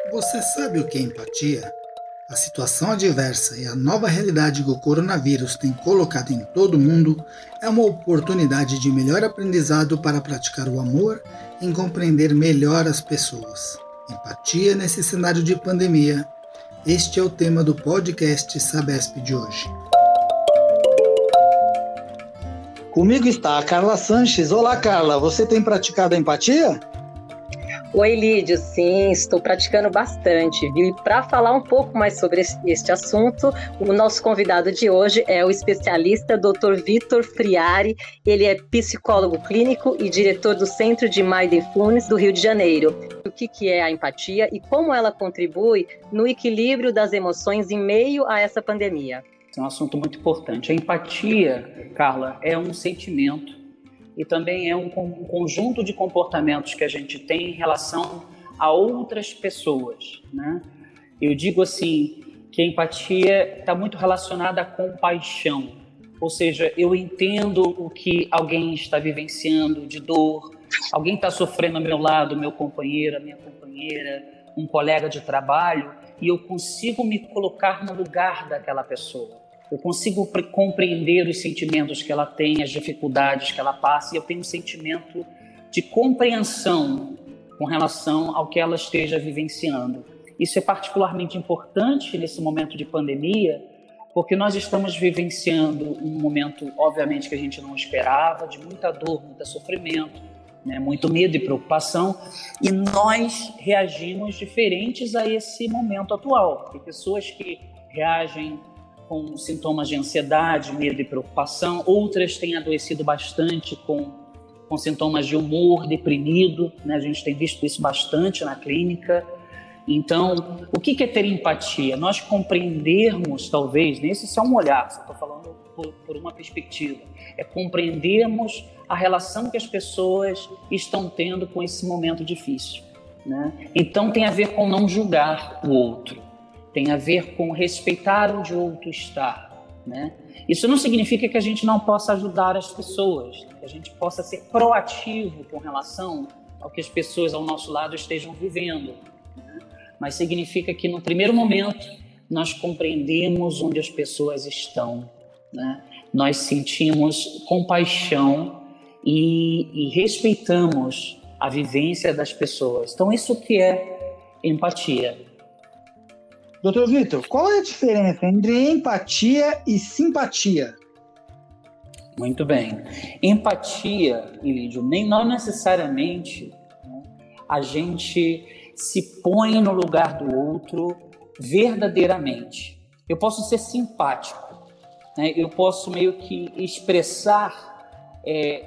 Você sabe o que é empatia? A situação adversa e a nova realidade que o coronavírus tem colocado em todo o mundo é uma oportunidade de melhor aprendizado para praticar o amor e compreender melhor as pessoas. Empatia nesse cenário de pandemia. Este é o tema do podcast Sabesp de hoje. Comigo está a Carla Sanches. Olá, Carla. Você tem praticado a empatia? Oi, Lídio. Sim, estou praticando bastante, viu? E para falar um pouco mais sobre este assunto, o nosso convidado de hoje é o especialista Dr. Vitor Friari. Ele é psicólogo clínico e diretor do Centro de Mindfulness do Rio de Janeiro. O que é a empatia e como ela contribui no equilíbrio das emoções em meio a essa pandemia? É um assunto muito importante. A empatia, Carla, é um sentimento e também é um conjunto de comportamentos que a gente tem em relação a outras pessoas, né? Eu digo assim, que a empatia está muito relacionada à compaixão, ou seja, eu entendo o que alguém está vivenciando de dor, alguém está sofrendo ao meu lado, meu companheiro, a minha companheira, um colega de trabalho, e eu consigo me colocar no lugar daquela pessoa. Eu consigo compreender os sentimentos que ela tem, as dificuldades que ela passa, e eu tenho um sentimento de compreensão com relação ao que ela esteja vivenciando. Isso é particularmente importante nesse momento de pandemia, porque nós estamos vivenciando um momento, obviamente, que a gente não esperava, de muita dor, muito sofrimento, né, muito medo e preocupação, e nós reagimos diferentes a esse momento atual. Tem pessoas que reagem com sintomas de ansiedade, medo e preocupação, outras têm adoecido bastante com sintomas de humor deprimido, né? A gente tem visto isso bastante na clínica. Então, o que é ter empatia? Nós compreendermos, talvez, nesse só um olhar, só estou falando por uma perspectiva, é compreendermos a relação que as pessoas estão tendo com esse momento difícil, né? Então, tem a ver com não julgar o outro. Tem a ver com respeitar onde o outro está, né? Isso não significa que a gente não possa ajudar as pessoas, que a gente possa ser proativo com relação ao que as pessoas ao nosso lado estejam vivendo, né? Mas significa que no primeiro momento nós compreendemos onde as pessoas estão, né? Nós sentimos compaixão e respeitamos a vivência das pessoas. Então isso que é empatia. Doutor Vitor, qual é a diferença entre empatia e simpatia? Muito bem. Empatia, Ilídio, nem não necessariamente, né, a gente se põe no lugar do outro verdadeiramente. Eu posso ser simpático, né, eu posso meio que expressar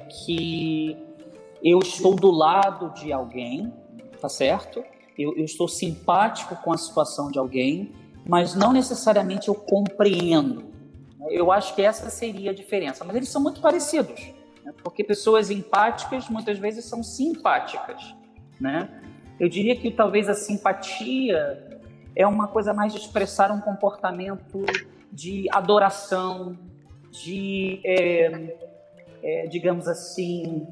que eu estou do lado de alguém, tá certo? Eu estou simpático com a situação de alguém, mas não necessariamente eu compreendo. Eu acho que essa seria a diferença. Mas eles são muito parecidos, né? Porque pessoas empáticas muitas vezes são simpáticas, né? Eu diria que talvez a simpatia é uma coisa mais de expressar um comportamento de adoração, de, digamos assim,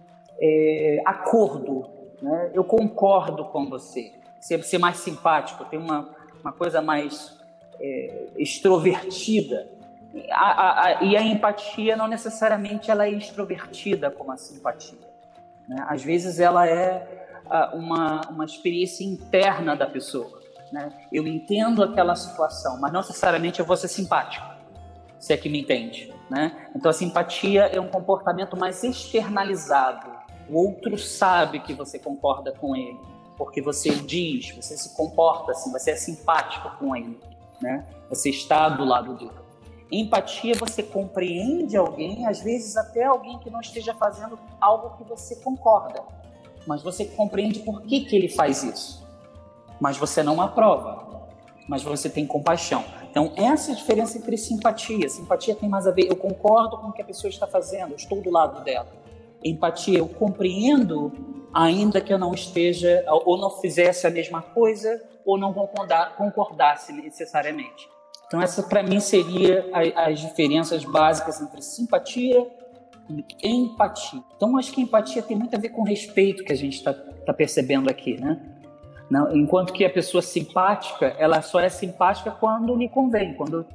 acordo. Né? Eu concordo com você, ser mais simpático, ter uma coisa mais extrovertida. E a empatia não necessariamente ela é extrovertida como a simpatia, né? Às vezes ela é uma experiência interna da pessoa, né? Eu entendo aquela situação, mas não necessariamente eu vou ser simpático, se é que me entende, né? Então a simpatia é um comportamento mais externalizado. O outro sabe que você concorda com ele, porque você diz, você se comporta assim, você é simpático com ele, né? Você está do lado dele. Empatia, você compreende alguém, às vezes até alguém que não esteja fazendo algo que você concorda, mas você compreende por que ele faz isso. Mas você não aprova, mas você tem compaixão. Então, essa é a diferença entre simpatia. Simpatia tem mais a ver, eu concordo com o que a pessoa está fazendo, eu estou do lado dela. Empatia, eu compreendo, ainda que eu não esteja, ou não fizesse a mesma coisa, ou não concordasse necessariamente. Então, essa para mim seria as diferenças básicas entre simpatia e empatia. Então, acho que empatia tem muito a ver com respeito que a gente está percebendo aqui, né? Não, enquanto que a pessoa simpática, ela só é simpática quando lhe convém, quando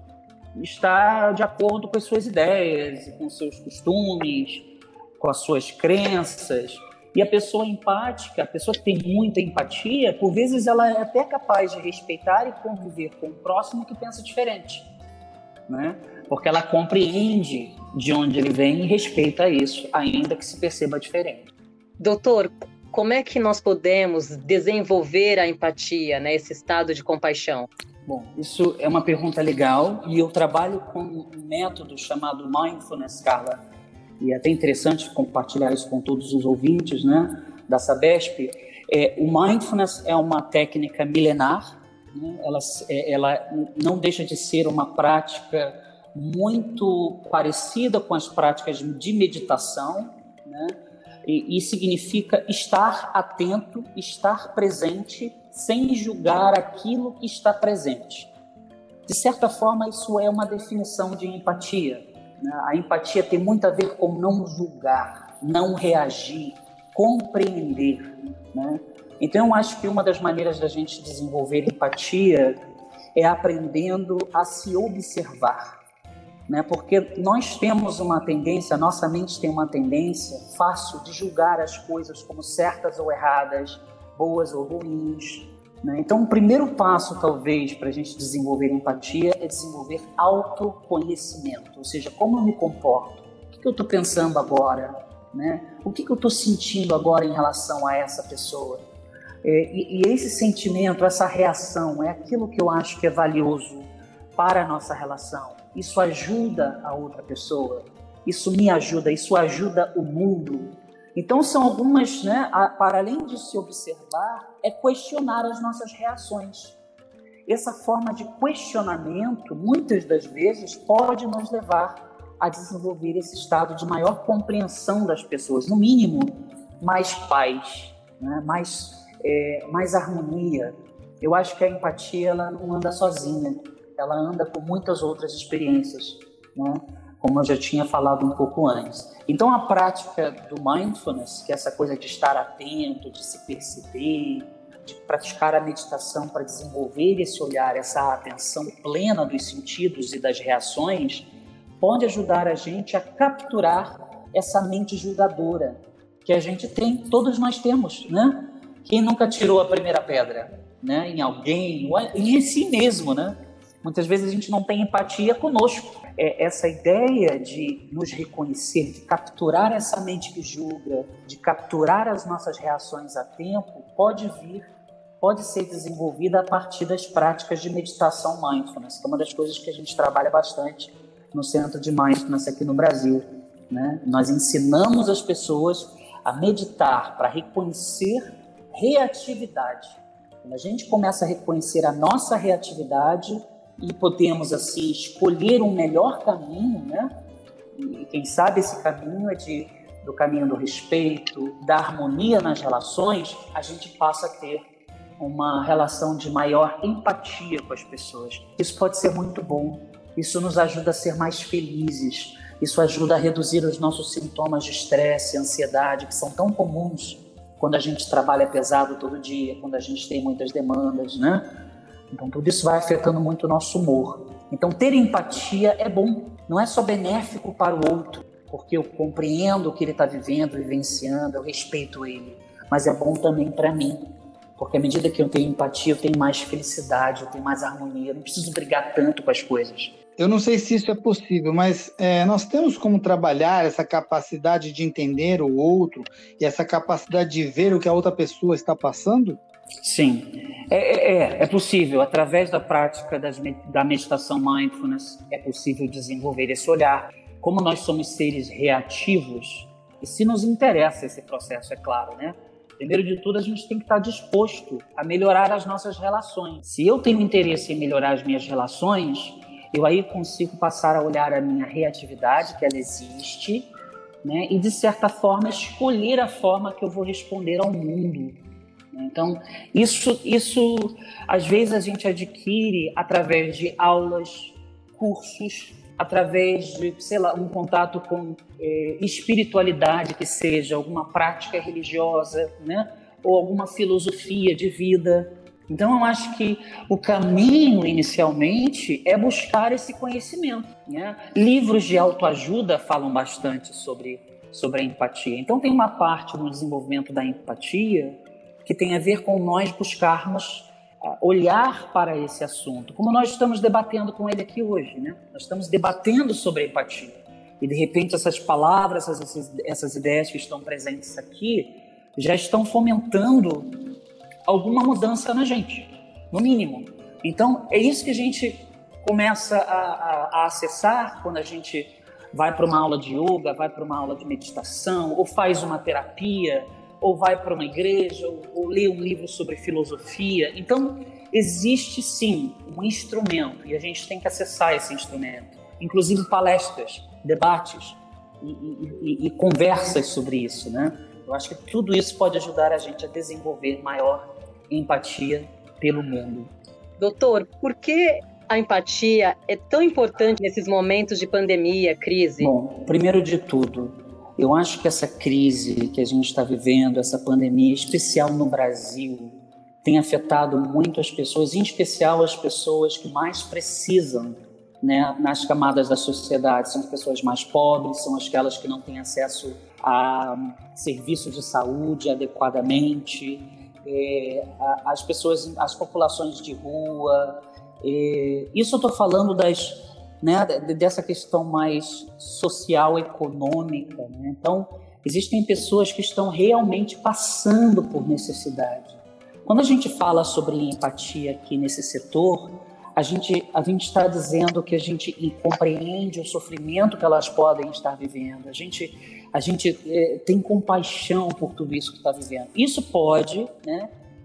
está de acordo com as suas ideias, com os seus costumes, com as suas crenças. E a pessoa empática, a pessoa que tem muita empatia, por vezes ela é até capaz de respeitar e conviver com o próximo que pensa diferente, né? Porque ela compreende de onde ele vem e respeita isso, ainda que se perceba diferente. Doutor, como é que nós podemos desenvolver a empatia, né, esse estado de compaixão? Bom, isso é uma pergunta legal e eu trabalho com um método chamado Mindfulness, Carla. E é até interessante compartilhar isso com todos os ouvintes, né, da Sabesp. O Mindfulness é uma técnica milenar, né? Ela não deixa de ser uma prática muito parecida com as práticas de meditação, né? E significa estar atento, estar presente, sem julgar aquilo que está presente. De certa forma, isso é uma definição de empatia. A empatia tem muito a ver com não julgar, não reagir, compreender, né? Então, eu acho que uma das maneiras da gente desenvolver empatia é aprendendo a se observar, né? Porque nós temos uma tendência, a nossa mente tem uma tendência fácil de julgar as coisas como certas ou erradas, boas ou ruins, né? Então, o primeiro passo, talvez, para a gente desenvolver empatia é desenvolver autoconhecimento, ou seja, como eu me comporto, o que eu estou pensando agora, né? O que eu estou sentindo agora em relação a essa pessoa. E esse sentimento, essa reação, é aquilo que eu acho que é valioso para a nossa relação. Isso ajuda a outra pessoa, isso me ajuda, isso ajuda o mundo. Então, são algumas, né, para além de se observar, é questionar as nossas reações. Essa forma de questionamento, muitas das vezes, pode nos levar a desenvolver esse estado de maior compreensão das pessoas, no mínimo, mais paz, né, mais harmonia. Eu acho que a empatia ela não anda sozinha, ela anda com muitas outras experiências, né? Como eu já tinha falado um pouco antes. Então, a prática do mindfulness, que é essa coisa de estar atento, de se perceber, de praticar a meditação para desenvolver esse olhar, essa atenção plena dos sentidos e das reações, pode ajudar a gente a capturar essa mente julgadora que a gente tem, todos nós temos, né? Quem nunca tirou a primeira pedra, né? Em alguém, em si mesmo, né? Muitas vezes a gente não tem empatia conosco. Essa ideia de nos reconhecer, de capturar essa mente que julga, de capturar as nossas reações a tempo, pode ser desenvolvida a partir das práticas de meditação mindfulness, que é uma das coisas que a gente trabalha bastante no Centro de Mindfulness aqui no Brasil, né? Nós ensinamos as pessoas a meditar para reconhecer reatividade. Quando a gente começa a reconhecer a nossa reatividade, e podemos, assim, escolher um melhor caminho, né? E quem sabe esse caminho é do caminho do respeito, da harmonia nas relações, a gente passa a ter uma relação de maior empatia com as pessoas. Isso pode ser muito bom, isso nos ajuda a ser mais felizes, isso ajuda a reduzir os nossos sintomas de estresse, ansiedade, que são tão comuns quando a gente trabalha pesado todo dia, quando a gente tem muitas demandas, né? Então, tudo isso vai afetando muito o nosso humor. Então, ter empatia é bom. Não é só benéfico para o outro, porque eu compreendo o que ele está vivendo, vivenciando, eu respeito ele. Mas é bom também para mim, porque à medida que eu tenho empatia, eu tenho mais felicidade, eu tenho mais harmonia. Eu não preciso brigar tanto com as coisas. Eu não sei se isso é possível, mas nós temos como trabalhar essa capacidade de entender o outro e essa capacidade de ver o que a outra pessoa está passando? Sim, é possível. Através da prática da meditação mindfulness, é possível desenvolver esse olhar. Como nós somos seres reativos, e se nos interessa esse processo, é claro, né? Primeiro de tudo, a gente tem que estar disposto a melhorar as nossas relações. Se eu tenho interesse em melhorar as minhas relações, eu aí consigo passar a olhar a minha reatividade, que ela existe, né? E, de certa forma, escolher a forma que eu vou responder ao mundo. Então, isso às vezes a gente adquire através de aulas, cursos, através de, sei lá, um contato com espiritualidade, que seja alguma prática religiosa, né? ou alguma filosofia de vida. Então, eu acho que o caminho, inicialmente, é buscar esse conhecimento, né? Livros de autoajuda falam bastante sobre a empatia. Então, tem uma parte no desenvolvimento da empatia que tem a ver com nós buscarmos olhar para esse assunto, como nós estamos debatendo com ele aqui hoje, né? Nós estamos debatendo sobre a empatia. E, de repente, essas palavras, essas ideias que estão presentes aqui já estão fomentando alguma mudança na gente, no mínimo. Então, é isso que a gente começa a acessar quando a gente vai para uma aula de yoga, vai para uma aula de meditação, ou faz uma terapia, ou vai para uma igreja, ou lê um livro sobre filosofia. Então, existe sim um instrumento, e a gente tem que acessar esse instrumento. Inclusive palestras, debates e conversas sobre isso, né? Eu acho que tudo isso pode ajudar a gente a desenvolver maior empatia pelo mundo. Doutor, por que a empatia é tão importante nesses momentos de pandemia, crise? Bom, primeiro de tudo, eu acho que essa crise que a gente está vivendo, essa pandemia, especial no Brasil, tem afetado muito as pessoas, em especial as pessoas que mais precisam, né, nas camadas da sociedade. São as pessoas mais pobres, são aquelas que não têm acesso a serviços de saúde adequadamente, as pessoas, as populações de rua. Isso eu estou falando dessa questão mais social, econômica, né? Então, existem pessoas que estão realmente passando por necessidade. Quando a gente fala sobre empatia aqui nesse setor, a gente está dizendo que a gente compreende o sofrimento que elas podem estar vivendo. A gente tem compaixão por tudo isso que está vivendo. Isso pode, né,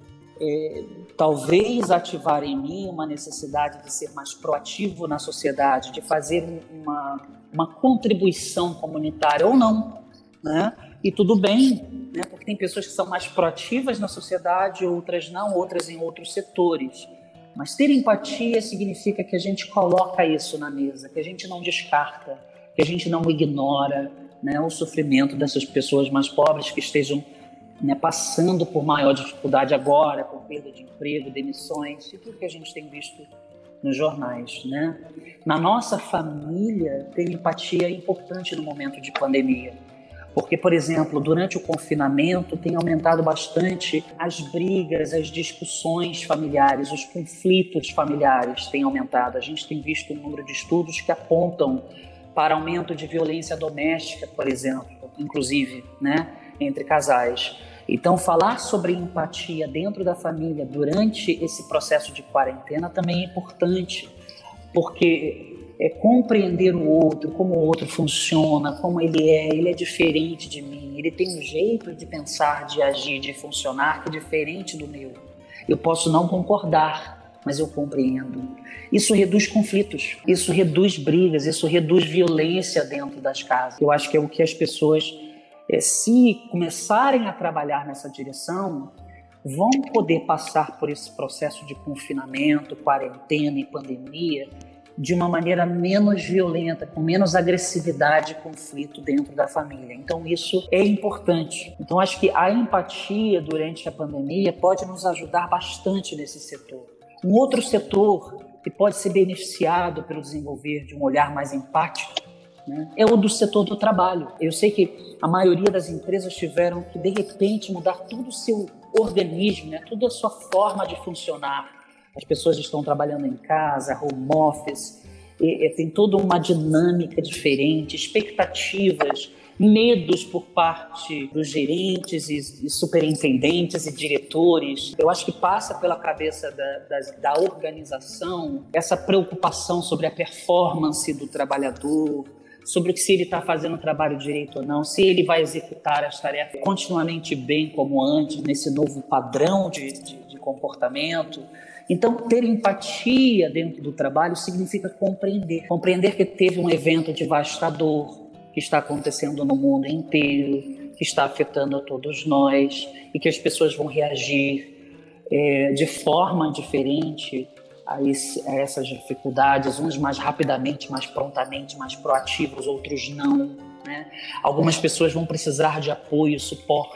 talvez ativar em mim uma necessidade de ser mais proativo na sociedade, de fazer uma contribuição comunitária ou não, né? E tudo bem, né? Porque tem pessoas que são mais proativas na sociedade, outras não, outras em outros setores. Mas ter empatia significa que a gente coloca isso na mesa, que a gente não descarta, que a gente não ignora, né, o sofrimento dessas pessoas mais pobres que estejam, né, passando por maior dificuldade agora, por perda de emprego, demissões, e tudo que a gente tem visto nos jornais, né? Na nossa família, ter empatia é importante no momento de pandemia. Porque, por exemplo, durante o confinamento tem aumentado bastante as brigas, as discussões familiares, os conflitos familiares têm aumentado. A gente tem visto um número de estudos que apontam para aumento de violência doméstica, por exemplo, inclusive, né, entre casais. Então, falar sobre empatia dentro da família durante esse processo de quarentena também é importante, porque compreender o outro, como o outro funciona, como ele é diferente de mim, ele tem um jeito de pensar, de agir, de funcionar que é diferente do meu. Eu posso não concordar, mas eu compreendo. Isso reduz conflitos, isso reduz brigas, isso reduz violência dentro das casas. Eu acho que é o que as pessoas, se começarem a trabalhar nessa direção, vão poder passar por esse processo de confinamento, quarentena e pandemia de uma maneira menos violenta, com menos agressividade e conflito dentro da família. Então isso é importante. Então acho que a empatia durante a pandemia pode nos ajudar bastante nesse setor. Um outro setor que pode ser beneficiado pelo desenvolver de um olhar mais empático, né, é o do setor do trabalho. Eu sei que a maioria das empresas tiveram que, de repente, mudar todo o seu organismo, né, toda a sua forma de funcionar. As pessoas estão trabalhando em casa, home office, tem toda uma dinâmica diferente, expectativas, medos por parte dos gerentes e superintendentes e diretores. Eu acho que passa pela cabeça da organização essa preocupação sobre a performance do trabalhador, sobre se ele está fazendo o trabalho direito ou não, se ele vai executar as tarefas continuamente bem como antes, nesse novo padrão de comportamento. Então, ter empatia dentro do trabalho significa compreender que teve um evento devastador que está acontecendo no mundo inteiro, que está afetando a todos nós e que as pessoas vão reagir de forma diferente a essas dificuldades, uns mais rapidamente, mais prontamente, mais proativos, outros não, né? Algumas pessoas vão precisar de apoio, suporte,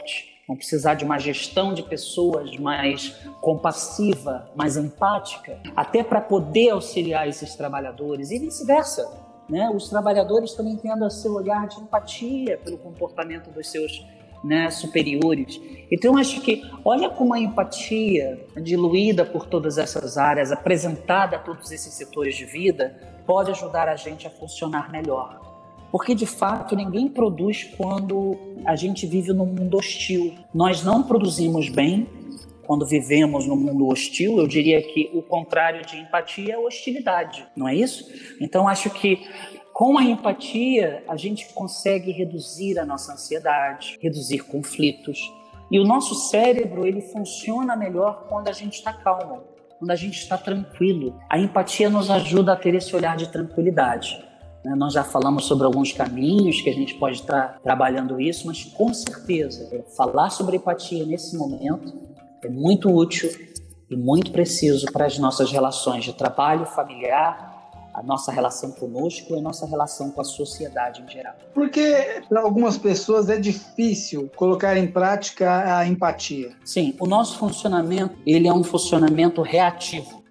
vão precisar de uma gestão de pessoas mais compassiva, mais empática, até para poder auxiliar esses trabalhadores e vice-versa, né? Os trabalhadores também tendo o seu olhar de empatia pelo comportamento dos seus, né, superiores. Então, acho que, olha como a empatia, diluída por todas essas áreas, apresentada a todos esses setores de vida, pode ajudar a gente a funcionar melhor. Porque, de fato, ninguém produz quando a gente vive num mundo hostil. Nós não produzimos bem quando vivemos num mundo hostil. Eu diria que o contrário de empatia é hostilidade, não é isso? Então, acho que com a empatia, a gente consegue reduzir a nossa ansiedade, reduzir conflitos. E o nosso cérebro, ele funciona melhor quando a gente está calmo, quando a gente está tranquilo. A empatia nos ajuda a ter esse olhar de tranquilidade. Nós já falamos sobre alguns caminhos que a gente pode estar trabalhando isso, mas com certeza, falar sobre empatia nesse momento é muito útil e muito preciso para as nossas relações de trabalho, familiar, a nossa relação conosco e a nossa relação com a sociedade em geral. Porque para algumas pessoas é difícil colocar em prática a empatia. Sim, o nosso funcionamento, ele é um funcionamento reativo.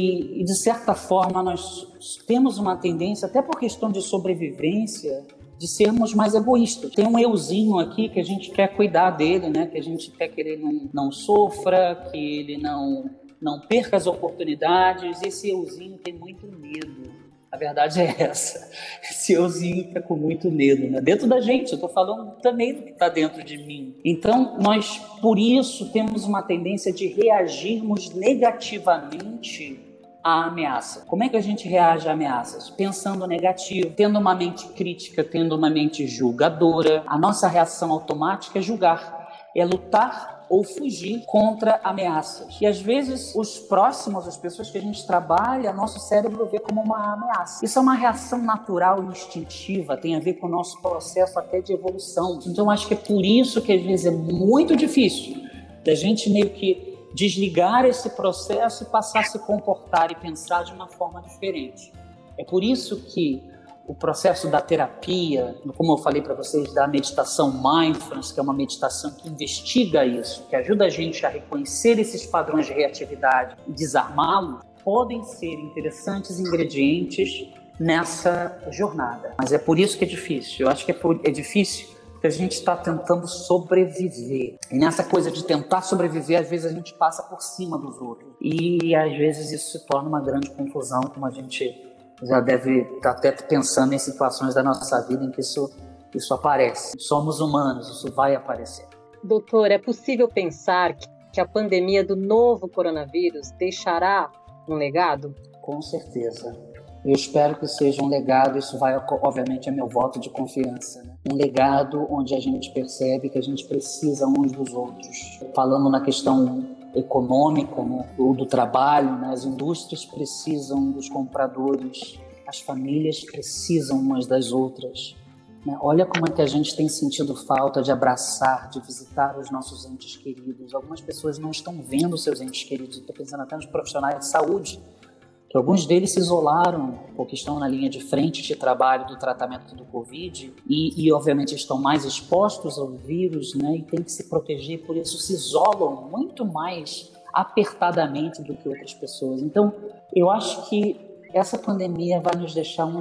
E de certa forma, nós temos uma tendência, até por questão de sobrevivência, de sermos mais egoístas. Tem um euzinho aqui que a gente quer cuidar dele, né? Que a gente quer que ele não sofra, que ele não perca as oportunidades. Esse euzinho tem muito medo. A verdade é essa. Esse euzinho fica com muito medo, né? Dentro da gente, eu estou falando também do que está dentro de mim. Então, nós, por isso, temos uma tendência de reagirmos negativamente à ameaça. Como é que a gente reage a ameaças? Pensando negativo, tendo uma mente crítica, tendo uma mente julgadora. A nossa reação automática é julgar, é lutar ou fugir contra ameaças. E às vezes os próximos, as pessoas que a gente trabalha, nosso cérebro vê como uma ameaça. Isso é uma reação natural e instintiva, tem a ver com o nosso processo até de evolução. Então acho que é por isso que às vezes é muito difícil da gente meio que desligar esse processo e passar a se comportar e pensar de uma forma diferente. É por isso que o processo da terapia, como eu falei para vocês, da meditação mindfulness, que é uma meditação que investiga isso, que ajuda a gente a reconhecer esses padrões de reatividade e desarmá-los, podem ser interessantes ingredientes nessa jornada. Mas é por isso que é difícil. Eu acho que é difícil porque a gente está tentando sobreviver. E nessa coisa de tentar sobreviver, às vezes a gente passa por cima dos outros. E às vezes isso se torna uma grande confusão, como a gente já deve estar até pensando em situações da nossa vida em que isso aparece. Somos humanos, isso vai aparecer. Doutor, é possível pensar que a pandemia do novo coronavírus deixará um legado? Com certeza. Eu espero que seja um legado, isso vai, obviamente, é meu voto de confiança, né? Um legado onde a gente percebe que a gente precisa uns dos outros. Falando na questão econômica, né, ou do trabalho, né, as indústrias precisam dos compradores, as famílias precisam umas das outras, né? Olha como é que a gente tem sentido falta de abraçar, de visitar os nossos entes queridos. Algumas pessoas não estão vendo seus entes queridos. Estou pensando até nos profissionais de saúde, que alguns deles se isolaram porque estão na linha de frente de trabalho do tratamento do Covid e obviamente estão mais expostos ao vírus, né, e têm que se proteger, por isso se isolam muito mais apertadamente do que outras pessoas. Então, eu acho que essa pandemia vai nos deixar um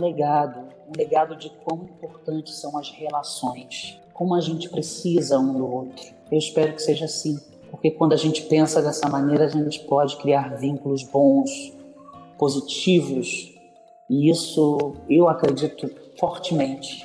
legado de quão importantes são as relações, como a gente precisa um do outro. Eu espero que seja assim, porque quando a gente pensa dessa maneira, a gente pode criar vínculos bons, positivos, e isso eu acredito fortemente.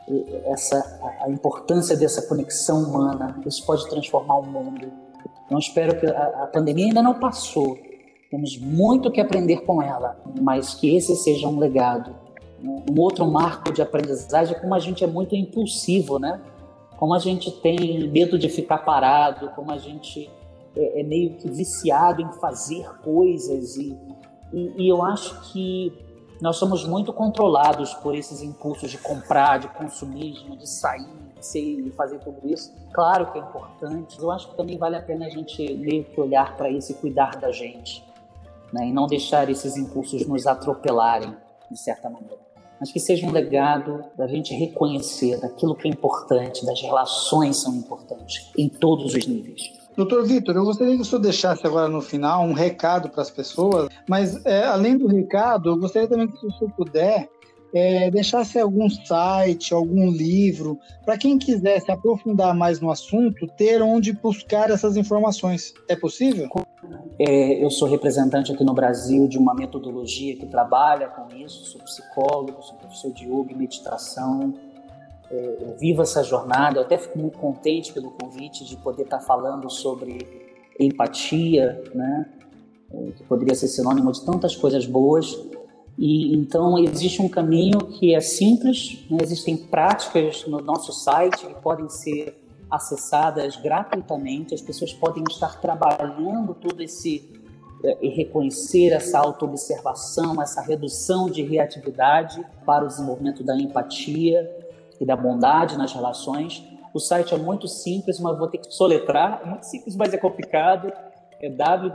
A importância dessa conexão humana, isso pode transformar o mundo. Então espero que a pandemia ainda não passou, temos muito que aprender com ela, mas que esse seja um legado. Um outro marco de aprendizagem é como a gente é muito impulsivo, né? Como a gente tem medo de ficar parado, como a gente é meio que viciado em fazer coisas e eu acho que nós somos muito controlados por esses impulsos de comprar, de consumismo, de sair, de fazer tudo isso. Claro que é importante, mas eu acho que também vale a pena a gente meio que olhar para isso e cuidar da gente, né? E não deixar esses impulsos nos atropelarem, de certa maneira. mas que seja um legado da gente reconhecer daquilo que é importante, das relações são importantes em todos os níveis. Doutor Vitor, eu gostaria que o senhor deixasse agora no final um recado para as pessoas, mas além do recado, eu gostaria também que, se o senhor puder, deixasse algum site, algum livro, para quem quiser se aprofundar mais no assunto, ter onde buscar essas informações. É possível? Eu sou representante aqui no Brasil de uma metodologia que trabalha com isso, sou psicólogo, sou professor de yoga e meditação. Eu vivo essa jornada, eu até fico muito contente pelo convite de poder estar falando sobre empatia, né? Que poderia ser sinônimo de tantas coisas boas. E então existe um caminho que é simples, né? Existem práticas no nosso site que podem ser acessadas gratuitamente, as pessoas podem estar trabalhando tudo e reconhecer essa autoobservação, essa redução de reatividade para o desenvolvimento da empatia e da bondade nas relações. O site é muito simples, mas vou ter que soletrar, é muito simples, mas é complicado, é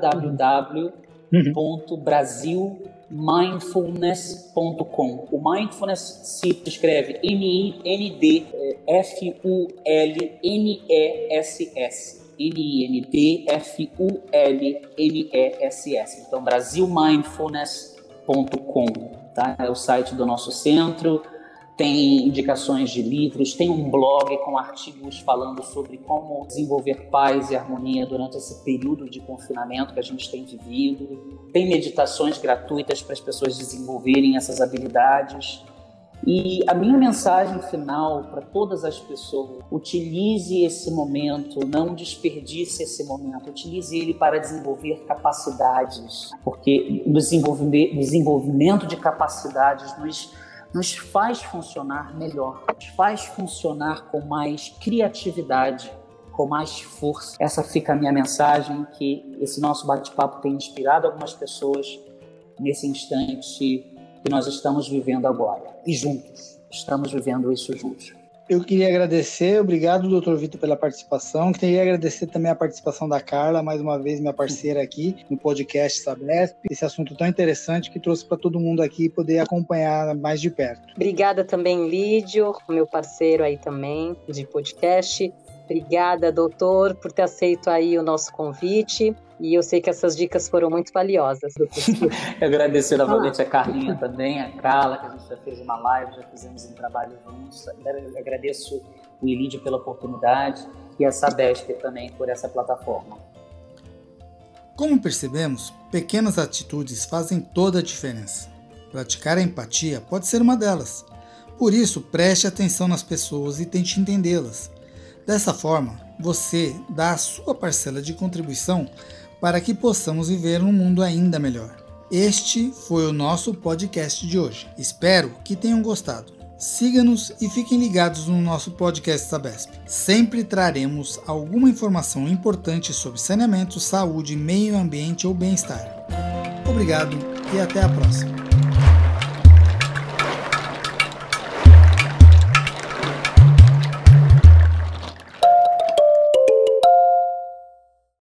www.brasilmindfulness.com. O mindfulness se escreve MINDFULNESS. MINDFULNESS. Então, brasilmindfulness.com, tá? É o site do nosso centro. Tem indicações de livros, tem um blog com artigos falando sobre como desenvolver paz e harmonia durante esse período de confinamento que a gente tem vivido. Tem meditações gratuitas para as pessoas desenvolverem essas habilidades. E a minha mensagem final para todas as pessoas: utilize esse momento, não desperdice esse momento, utilize ele para desenvolver capacidades, porque o desenvolvimento de capacidades nos faz funcionar melhor, nos faz funcionar com mais criatividade, com mais força. Essa fica a minha mensagem, que esse nosso bate-papo tem inspirado algumas pessoas nesse instante que nós estamos vivendo agora. E juntos, estamos vivendo isso juntos. Eu queria agradecer, obrigado, doutor Vitor, pela participação. Queria agradecer também a participação da Carla, mais uma vez minha parceira aqui no podcast Sabesp. Esse assunto tão interessante que trouxe para todo mundo aqui poder acompanhar mais de perto. Obrigada também, Lídio, meu parceiro aí também de podcast. Obrigada, doutor, por ter aceito aí o nosso convite. E eu sei que essas dicas foram muito valiosas. Eu agradecer novamente a Carlinha também, a Carla, que a gente já fez uma live, já fizemos um trabalho juntos. Eu agradeço o Ilídio pela oportunidade e a Sabesp também por essa plataforma. Como percebemos, pequenas atitudes fazem toda a diferença. Praticar a empatia pode ser uma delas. Por isso, preste atenção nas pessoas e tente entendê-las. Dessa forma, você dá a sua parcela de contribuição para que possamos viver um mundo ainda melhor. Este foi o nosso podcast de hoje. Espero que tenham gostado. Siga-nos e fiquem ligados no nosso podcast Sabesp. Sempre traremos alguma informação importante sobre saneamento, saúde, meio ambiente ou bem-estar. Obrigado e até a próxima.